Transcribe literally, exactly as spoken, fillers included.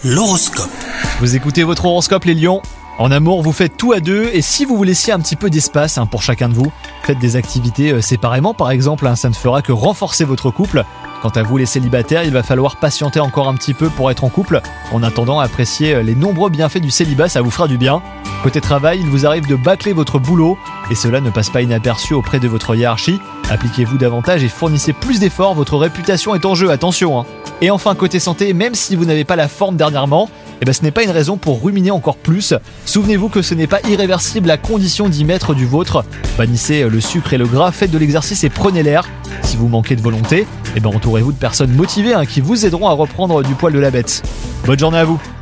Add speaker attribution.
Speaker 1: L'horoscope.
Speaker 2: Vous écoutez votre horoscope les lions. En amour, vous faites tout à deux et si vous vous laissiez un petit peu d'espace hein, pour chacun de vous, faites des activités euh, séparément par exemple, hein, ça ne fera que renforcer votre couple. Quant à vous les célibataires, il va falloir patienter encore un petit peu pour être en couple. En attendant, apprécier les nombreux bienfaits du célibat, ça vous fera du bien. Côté travail, il vous arrive de bâcler votre boulot et cela ne passe pas inaperçu auprès de votre hiérarchie. Appliquez-vous davantage et fournissez plus d'efforts, votre réputation est en jeu, attention hein. Et enfin côté santé, même si vous n'avez pas la forme dernièrement, eh ben, ce n'est pas une raison pour ruminer encore plus. Souvenez-vous que ce n'est pas irréversible à condition d'y mettre du vôtre. Bannissez le sucre et le gras, faites de l'exercice et prenez l'air. Si vous manquez de volonté, eh ben, entourez-vous de personnes motivées hein, qui vous aideront à reprendre du poil de la bête. Bonne journée à vous.